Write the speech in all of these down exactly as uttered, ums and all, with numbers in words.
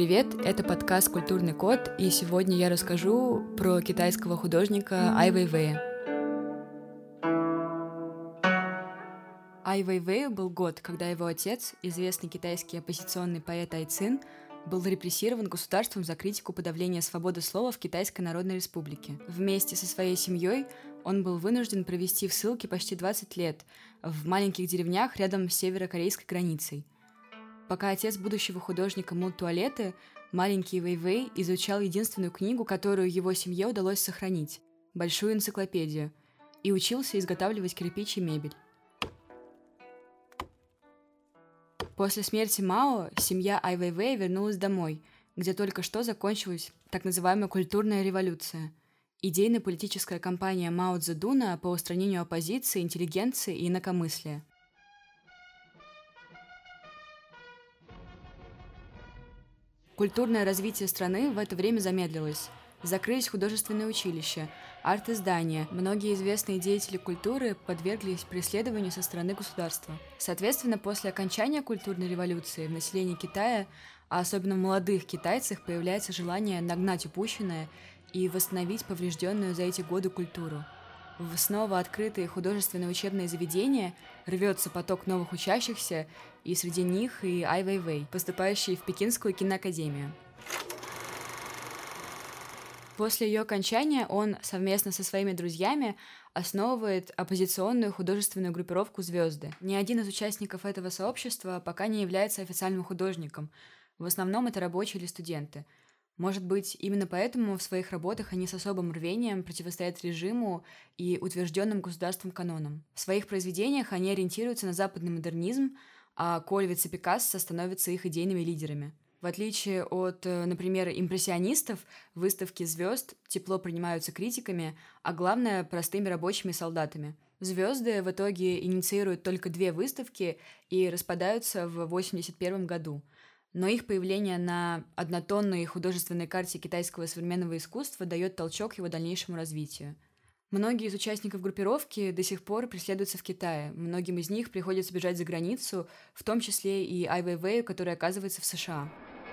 Привет, это подкаст «Культурный код», и сегодня я расскажу про китайского художника Ай Вэйвэя. Ай Вэйвэю был год, когда его отец, известный китайский оппозиционный поэт Ай Цин, был репрессирован государством за критику подавления свободы слова в Китайской Народной Республике. Вместе со своей семьей он был вынужден провести в ссылке почти двадцать лет в маленьких деревнях рядом с северокорейской границей. Пока отец будущего художника мыл туалеты, маленький Вэйвэй изучал единственную книгу, которую его семье удалось сохранить – большую энциклопедию, и учился изготавливать кирпич и мебель. После смерти Мао семья Ай Вэйвэя вернулась домой, где только что закончилась так называемая культурная революция – идейно-политическая кампания Мао Цзэдуна по устранению оппозиции, интеллигенции и инакомыслия. Культурное развитие страны в это время замедлилось. Закрылись художественные училища, арт-издания, многие известные деятели культуры подверглись преследованию со стороны государства. Соответственно, после окончания культурной революции в населении Китая, а особенно в молодых китайцах, появляется желание нагнать упущенное и восстановить поврежденную за эти годы культуру. В снова открытые художественные учебные заведения рвется поток новых учащихся, и среди них и Ай Вэйвэй, поступающий в Пекинскую киноакадемию. После ее окончания он совместно со своими друзьями основывает оппозиционную художественную группировку «Звезды». Ни один из участников этого сообщества пока не является официальным художником. В основном это рабочие или студенты. Может быть, именно поэтому в своих работах они с особым рвением противостоят режиму и утвержденным государством канонам. В своих произведениях они ориентируются на западный модернизм, а Кольвиц и Пикассо становятся их идейными лидерами. В отличие от, например, импрессионистов, выставки звезд тепло принимаются критиками, а главное – простыми рабочими солдатами. «Звезды» в итоге инициируют только две выставки и распадаются в восемьдесят первом году. Но их появление на однотонной художественной карте китайского современного искусства дает толчок его дальнейшему развитию. Многие из участников группировки до сих пор преследуются в Китае. Многим из них приходится бежать за границу, в том числе и Ай Вэйвэю, который оказывается в США.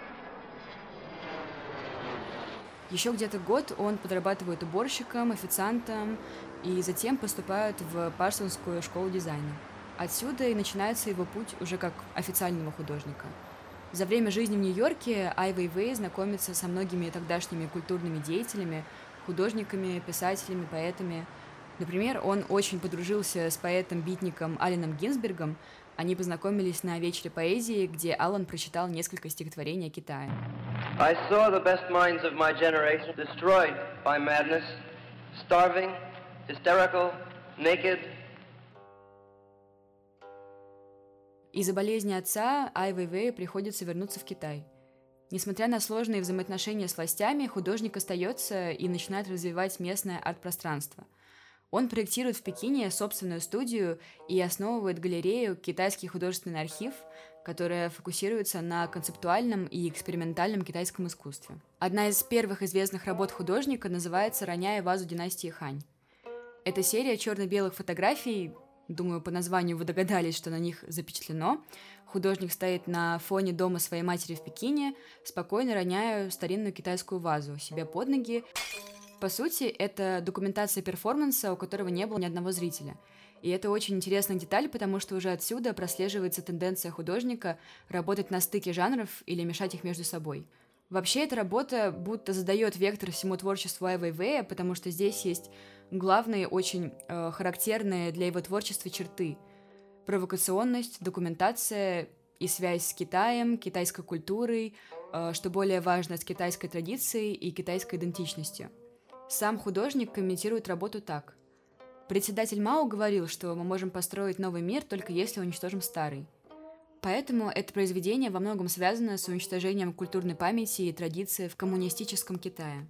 Еще где-то год он подрабатывает уборщиком, официантом и затем поступает в Парсонскую школу дизайна. Отсюда и начинается его путь уже как официального художника. За время жизни в Нью-Йорке Ай Вэйвэй знакомится со многими тогдашними культурными деятелями, художниками, писателями, поэтами. Например, он очень подружился с поэтом-битником Алленом Гинзбергом. Они познакомились на вечере поэзии, где Аллен прочитал несколько стихотворений о Китае. I saw the best minds of my generation destroyed by madness, starving, hysterical, naked. Из-за болезни отца Ай Вэйвэю приходится вернуться в Китай. Несмотря на сложные взаимоотношения с властями, художник остается и начинает развивать местное арт-пространство. Он проектирует в Пекине собственную студию и основывает галерею «Китайский художественный архив», которая фокусируется на концептуальном и экспериментальном китайском искусстве. Одна из первых известных работ художника называется «Роняя вазу династии Хань». Это серия черно-белых фотографий. Думаю, по названию вы догадались, что на них запечатлено. Художник стоит на фоне дома своей матери в Пекине, спокойно роняя старинную китайскую вазу себе под ноги. По сути, это документация перформанса, у которого не было ни одного зрителя. И это очень интересная деталь, потому что уже отсюда прослеживается тенденция художника работать на стыке жанров или мешать их между собой. Вообще, эта работа будто задает вектор всему творчеству Ай Вэйвэя, потому что здесь есть главные, очень э, характерные для его творчества черты. Провокационность, документация и связь с Китаем, китайской культурой, э, что более важно, с китайской традицией и китайской идентичностью. Сам художник комментирует работу так. Председатель Мао говорил, что мы можем построить новый мир, только если уничтожим старый. Поэтому это произведение во многом связано с уничтожением культурной памяти и традиций в коммунистическом Китае.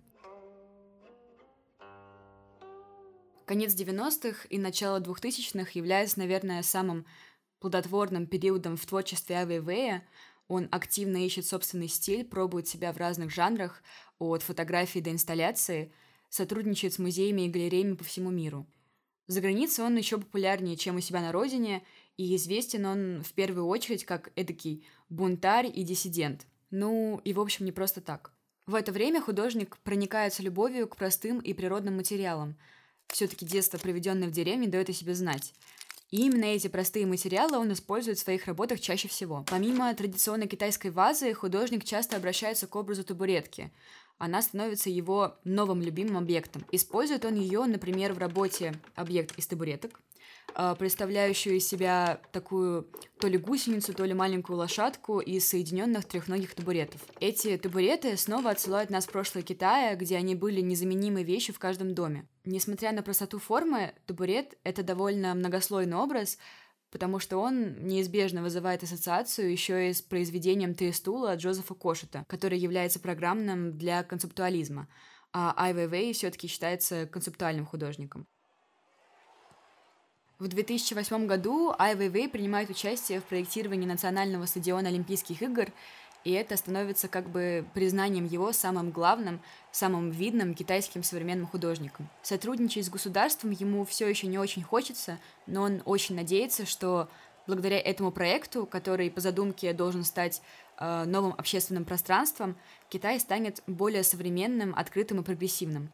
Конец девяностых и начало двухтысячных является, наверное, самым плодотворным периодом в творчестве Ай Вэйвэя. Он активно ищет собственный стиль, пробует себя в разных жанрах, от фотографии до инсталляции, сотрудничает с музеями и галереями по всему миру. За границей он еще популярнее, чем у себя на родине, и известен он в первую очередь как эдакий бунтарь и диссидент. Ну, и в общем не просто так. В это время художник проникается любовью к простым и природным материалам. Все-таки детство, проведенное в деревне, дает о себе знать. И именно эти простые материалы он использует в своих работах чаще всего. Помимо традиционной китайской вазы, художник часто обращается к образу табуретки. Она становится его новым любимым объектом. Использует он ее, например, в работе «Объект из табуреток», представляющую из себя такую то ли гусеницу, то ли маленькую лошадку из соединенных трехногих табуретов. Эти табуреты снова отсылают нас в прошлое Китая, где они были незаменимой вещью в каждом доме. Несмотря на простоту формы, табурет — это довольно многослойный образ, потому что он неизбежно вызывает ассоциацию еще и с произведением «Три стула» Джозефа Кошета, который является программным для концептуализма, а Ай Вейвей все-таки считается концептуальным художником. В две тысячи восьмом году Ай Вейвей принимает участие в проектировании национального стадиона Олимпийских игр, и это становится как бы признанием его самым главным, самым видным китайским современным художником. Сотрудничать с государством ему все еще не очень хочется, но он очень надеется, что благодаря этому проекту, который по задумке должен стать э, новым общественным пространством, Китай станет более современным, открытым и прогрессивным.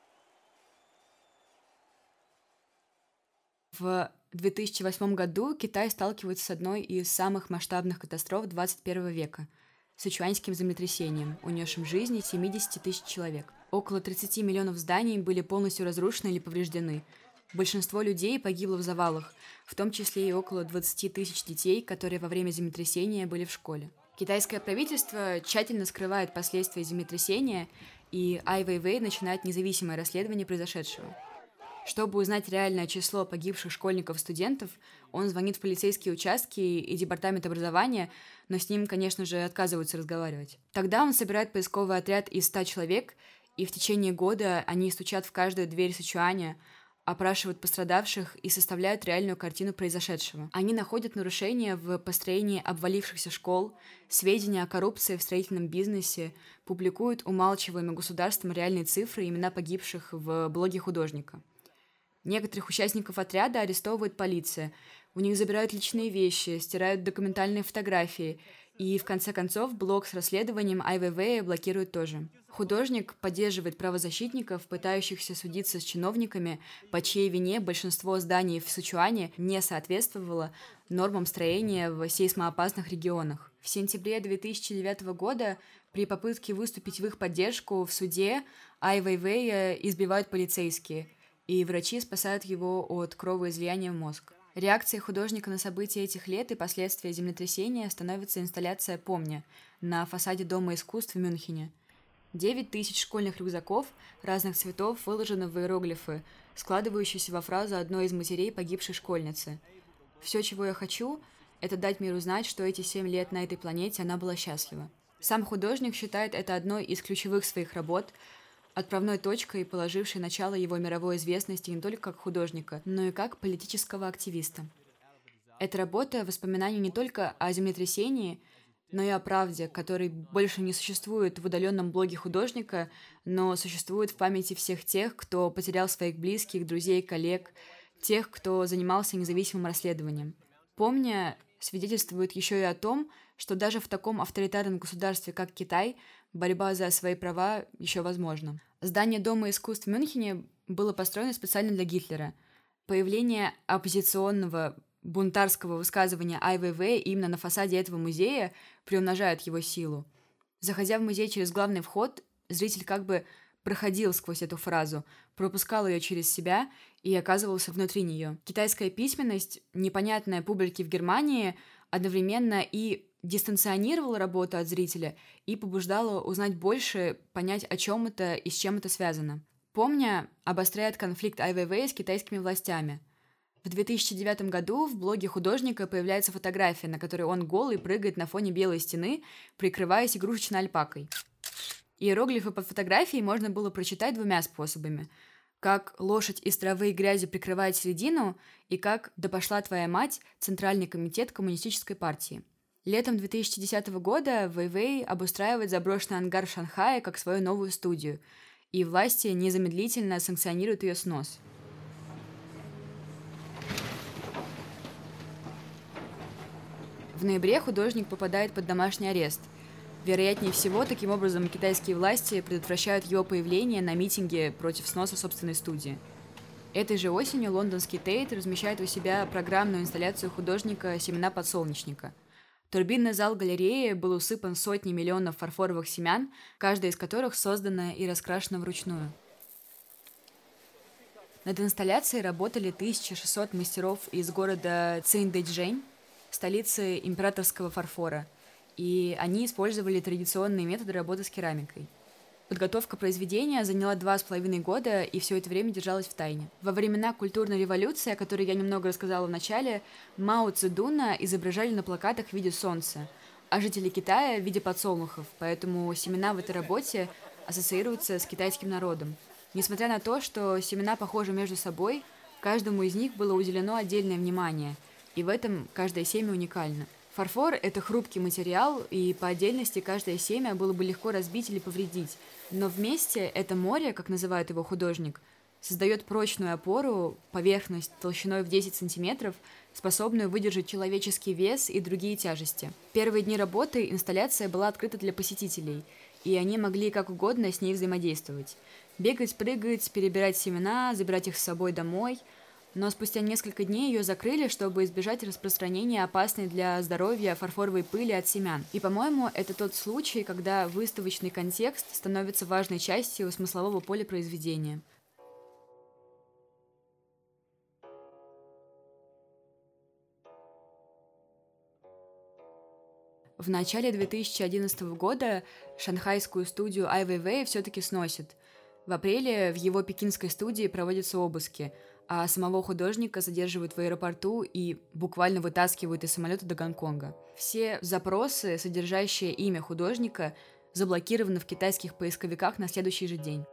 В две тысячи восьмом году Китай сталкивается с одной из самых масштабных катастроф двадцать первого века – сычуаньским землетрясением, унесшим жизни семьдесят тысяч человек. Около тридцать миллионов зданий были полностью разрушены или повреждены. Большинство людей погибло в завалах, в том числе и около двадцать тысяч детей, которые во время землетрясения были в школе. Китайское правительство тщательно скрывает последствия землетрясения, и Ай Вейвей начинает независимое расследование произошедшего. Чтобы узнать реальное число погибших школьников-студентов, он звонит в полицейские участки и департамент образования, но с ним, конечно же, отказываются разговаривать. Тогда он собирает поисковый отряд из ста человек, и в течение года они стучат в каждую дверь Сычуаня, опрашивают пострадавших и составляют реальную картину произошедшего. Они находят нарушения в построении обвалившихся школ, сведения о коррупции в строительном бизнесе, публикуют умалчиваемые государством реальные цифры и имена погибших в блоге художника. Некоторых участников отряда арестовывает полиция, у них забирают личные вещи, стирают документальные фотографии, и в конце концов блог с расследованием Ай Вейвея блокируют тоже. Художник поддерживает правозащитников, пытающихся судиться с чиновниками, по чьей вине большинство зданий в Сычуане не соответствовало нормам строения в сейсмоопасных регионах. В сентябре две тысячи девятого года при попытке выступить в их поддержку в суде Ай Вейвея избивают полицейские, и врачи спасают его от кровоизлияния в мозг. Реакцией художника на события этих лет и последствия землетрясения становится инсталляция «Помня» на фасаде Дома искусств в Мюнхене. Девять тысяч школьных рюкзаков разных цветов выложены в иероглифы, складывающиеся во фразу одной из матерей погибшей школьницы. «Все, чего я хочу, это дать миру знать, что эти семь лет на этой планете она была счастлива». Сам художник считает это одной из ключевых своих работ, отправной точкой, положившей начало его мировой известности не только как художника, но и как политического активиста. Эта работа – воспоминание не только о землетрясении, но и о правде, которой больше не существует в удаленном блоге художника, но существует в памяти всех тех, кто потерял своих близких, друзей, коллег, тех, кто занимался независимым расследованием. «Помня» свидетельствует еще и о том, что даже в таком авторитарном государстве, как Китай, борьба за свои права еще возможна. Здание Дома искусств в Мюнхене было построено специально для Гитлера. Появление оппозиционного бунтарского высказывания Ай Вейвея именно на фасаде этого музея приумножает его силу. Заходя в музей через главный вход, зритель как бы проходил сквозь эту фразу, пропускал ее через себя и оказывался внутри нее. Китайская письменность, непонятная публике в Германии, одновременно и дистанционировала работу от зрителя и побуждала узнать больше, понять, о чем это и с чем это связано. «Помня» обостряет конфликт Ай Вейвея с китайскими властями. В две тысячи девятом году в блоге художника появляется фотография, на которой он голый прыгает на фоне белой стены, прикрываясь игрушечной альпакой. Иероглифы под фотографией можно было прочитать двумя способами. Как «лошадь из травы и грязи прикрывает середину» и как «да пошла твоя мать» Центральный комитет Коммунистической партии. Летом две тысячи десятого года Вейвей обустраивает заброшенный ангар в Шанхае как свою новую студию, и власти незамедлительно санкционируют ее снос. В ноябре художник попадает под домашний арест. Вероятнее всего, таким образом китайские власти предотвращают его появление на митинге против сноса собственной студии. Этой же осенью лондонский Тейт размещает у себя программную инсталляцию художника «Семена подсолнечника». Турбинный зал галереи был усыпан сотней миллионов фарфоровых семян, каждая из которых создана и раскрашена вручную. Над инсталляцией работали тысяча шестьсот мастеров из города Циндэйчжэнь, столицы императорского фарфора, и они использовали традиционные методы работы с керамикой. Подготовка произведения заняла два с половиной года и все это время держалась в тайне. Во времена культурной революции, о которой я немного рассказала в начале, Мао Цзэдуна изображали на плакатах в виде солнца, а жители Китая в виде подсолнухов, поэтому семена в этой работе ассоциируются с китайским народом. Несмотря на то, что семена похожи между собой, каждому из них было уделено отдельное внимание, и в этом каждое семя уникально. Фарфор — это хрупкий материал, и по отдельности каждое семя было бы легко разбить или повредить. Но вместе это море, как называет его художник, создает прочную опору, поверхность толщиной в десять сантиметров, способную выдержать человеческий вес и другие тяжести. Первые дни работы инсталляция была открыта для посетителей, и они могли как угодно с ней взаимодействовать. Бегать, прыгать, перебирать семена, забирать их с собой домой. Но спустя несколько дней ее закрыли, чтобы избежать распространения опасной для здоровья фарфоровой пыли от семян. И, по-моему, это тот случай, когда выставочный контекст становится важной частью смыслового поля произведения. В начале две тысячи одиннадцатого года шанхайскую студию Ай Вейвей все-таки сносит. В апреле в его пекинской студии проводятся обыски, а самого художника задерживают в аэропорту и буквально вытаскивают из самолета до Гонконга. Все запросы, содержащие имя художника, заблокированы в китайских поисковиках на следующий же день.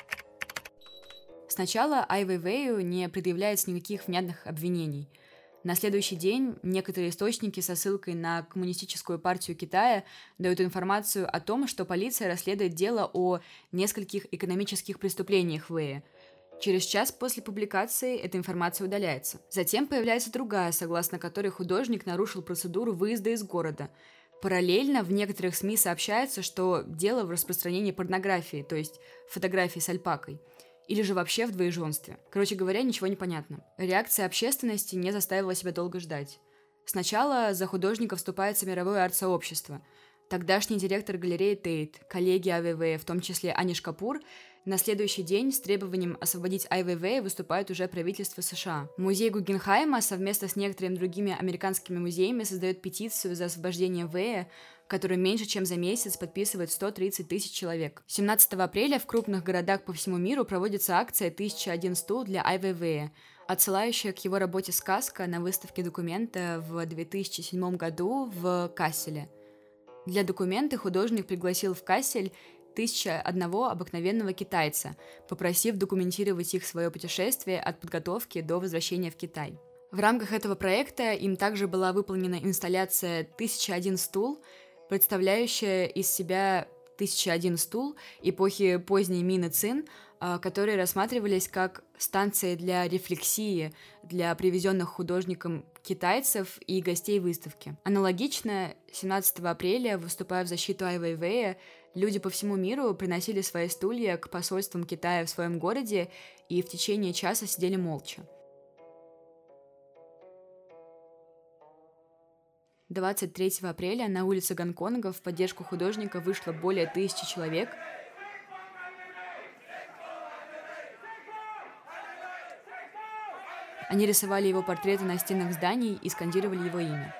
Сначала Ай Вейвею не предъявляется никаких внятных обвинений. На следующий день некоторые источники со ссылкой на Коммунистическую партию Китая дают информацию о том, что полиция расследует дело о нескольких экономических преступлениях Вэя. Через час после публикации эта информация удаляется. Затем появляется другая, согласно которой художник нарушил процедуру выезда из города. Параллельно в некоторых СМИ сообщается, что дело в распространении порнографии, то есть фотографии с альпакой, или же вообще в двоеженстве. Короче говоря, ничего не понятно. Реакция общественности не заставила себя долго ждать. Сначала за художника вступается мировое арт-сообщество. Тогдашний директор галереи Тейт, коллеги Ай Вейвея, в том числе Аниш Капур, на следующий день с требованием освободить Ай Вейвея выступает уже правительство США. Музей Гугенхайма совместно с некоторыми другими американскими музеями создает петицию за освобождение Вэя, которую меньше чем за месяц подписывает сто тридцать тысяч человек. семнадцатого апреля в крупных городах по всему миру проводится акция «тысяча один стул» для Ай Вейвея, отсылающая к его работе «Сказка» на выставке документа в две тысячи седьмом году в Касселе. Для документа художник пригласил в Кассель тысяча одного обыкновенного китайца, попросив документировать их свое путешествие от подготовки до возвращения в Китай. В рамках этого проекта им также была выполнена инсталляция «тысяча один стул», представляющая из себя «тысяча один стул» эпохи поздней Мины Цин, которые рассматривались как станции для рефлексии для привезенных художником китайцев и гостей выставки. Аналогично, семнадцатого апреля, выступая в защиту Ай Вейвея, люди по всему миру приносили свои стулья к посольствам Китая в своем городе и в течение часа сидели молча. двадцать третьего апреля на улице Гонконга в поддержку художника вышло более тысячи человек. Они рисовали его портреты на стенах зданий и скандировали его имя.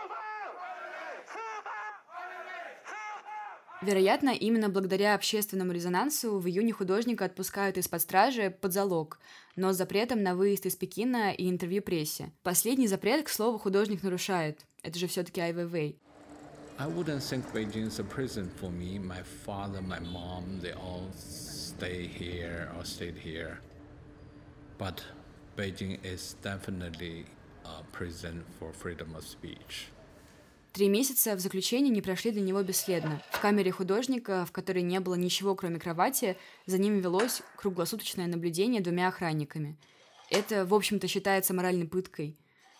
Вероятно, именно благодаря общественному резонансу в июне художника отпускают из-под стражи под залог, но с запретом на выезд из Пекина и интервью прессе. Последний запрет, к слову, художник нарушает. Это же все-таки Ай Вейвей. I wouldn't think Beijing is a prison for me. My father, my mom, they all stay here or stayed here. But Beijing is definitely a prison for freedom of speech. Три месяца в заключении не прошли для него бесследно. В камере художника, в которой не было ничего, кроме кровати, за ним велось круглосуточное наблюдение двумя охранниками. Это, в общем-то, считается моральной пыткой.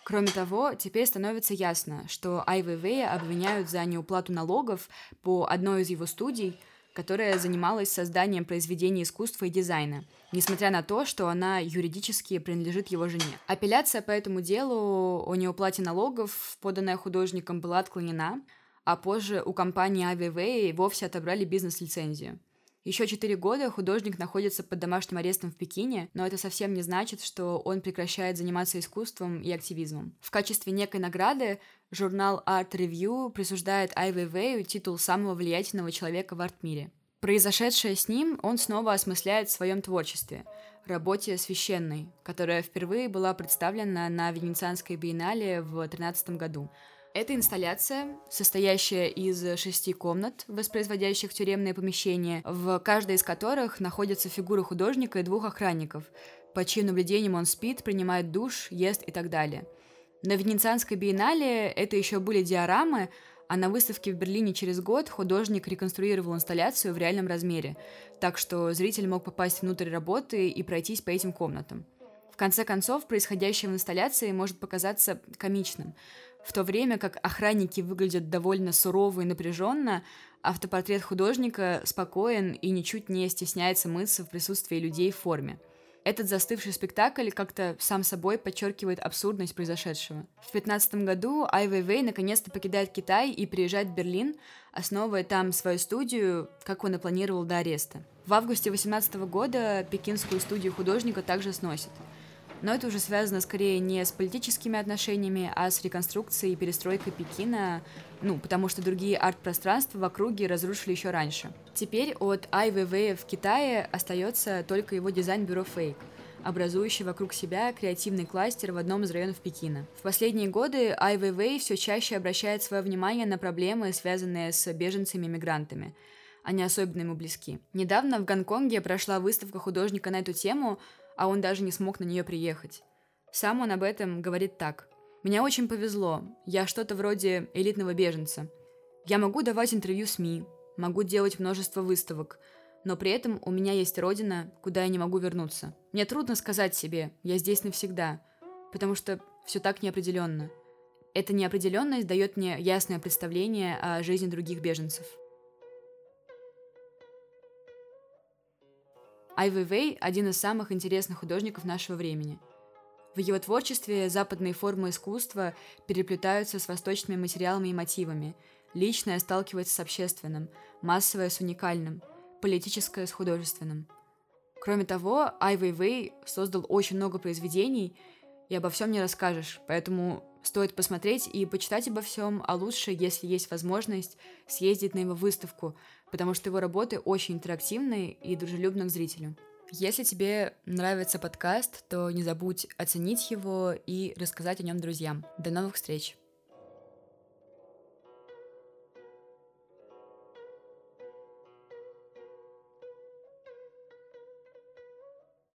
Кроме того, теперь становится ясно, что Ай Вейвея обвиняют за неуплату налогов по одной из его студий, которая занималась созданием произведений искусства и дизайна, несмотря на то, что она юридически принадлежит его жене. Апелляция по этому делу о неуплате налогов, поданная художником, была отклонена, а позже у компании Ай Вейвей вовсе отобрали бизнес-лицензию. Еще четыре года художник находится под домашним арестом в Пекине, но это совсем не значит, что он прекращает заниматься искусством и активизмом. В качестве некой награды журнал Art Review присуждает Ай Вейвею титул самого влиятельного человека в арт-мире. Произошедшее с ним он снова осмысляет в своем творчестве, работе «Священной», которая впервые была представлена на Венецианской биеннале в две тысячи тринадцатом году. Эта инсталляция, состоящая из шести комнат, воспроизводящих тюремные помещения, в каждой из которых находятся фигуры художника и двух охранников, по чьим наблюдениям он спит, принимает душ, ест и так далее. На Венецианской биеннале это еще были диорамы, а на выставке в Берлине через год художник реконструировал инсталляцию в реальном размере, так что зритель мог попасть внутрь работы и пройтись по этим комнатам. В конце концов, происходящее в инсталляции может показаться комичным. В то время как охранники выглядят довольно сурово и напряженно, автопортрет художника спокоен и ничуть не стесняется мыться в присутствии людей в форме. Этот застывший спектакль как-то сам собой подчеркивает абсурдность произошедшего. В две тысячи пятнадцатом году Ай Вейвей наконец-то покидает Китай и приезжает в Берлин, основывая там свою студию, как он и планировал до ареста. В августе две тысячи восемнадцатого года пекинскую студию художника также сносят. Но это уже связано скорее не с политическими отношениями, а с реконструкцией и перестройкой Пекина, ну, потому что другие арт-пространства в округе разрушили еще раньше. Теперь от Ай Вейвея в Китае остается только его дизайн-бюро Fake, образующий вокруг себя креативный кластер в одном из районов Пекина. В последние годы Ай Вейвей все чаще обращает свое внимание на проблемы, связанные с беженцами и мигрантами. Они особенно ему близки. Недавно в Гонконге прошла выставка художника на эту тему, а он даже не смог на нее приехать. Сам он об этом говорит так. «Мне очень повезло. Я что-то вроде элитного беженца. Я могу давать интервью СМИ, могу делать множество выставок, но при этом у меня есть родина, куда я не могу вернуться. Мне трудно сказать себе, я здесь навсегда, потому что все так неопределенно. Эта неопределенность дает мне ясное представление о жизни других беженцев». Ай Вейвей – один из самых интересных художников нашего времени. В его творчестве западные формы искусства переплетаются с восточными материалами и мотивами, личное сталкивается с общественным, массовое с уникальным, политическое с художественным. Кроме того, Ай Вейвей создал очень много произведений, и обо всем не расскажешь, поэтому стоит посмотреть и почитать обо всем, а лучше, если есть возможность, съездить на его выставку, потому что его работы очень интерактивные и дружелюбны к зрителю. Если тебе нравится подкаст, то не забудь оценить его и рассказать о нем друзьям. До новых встреч!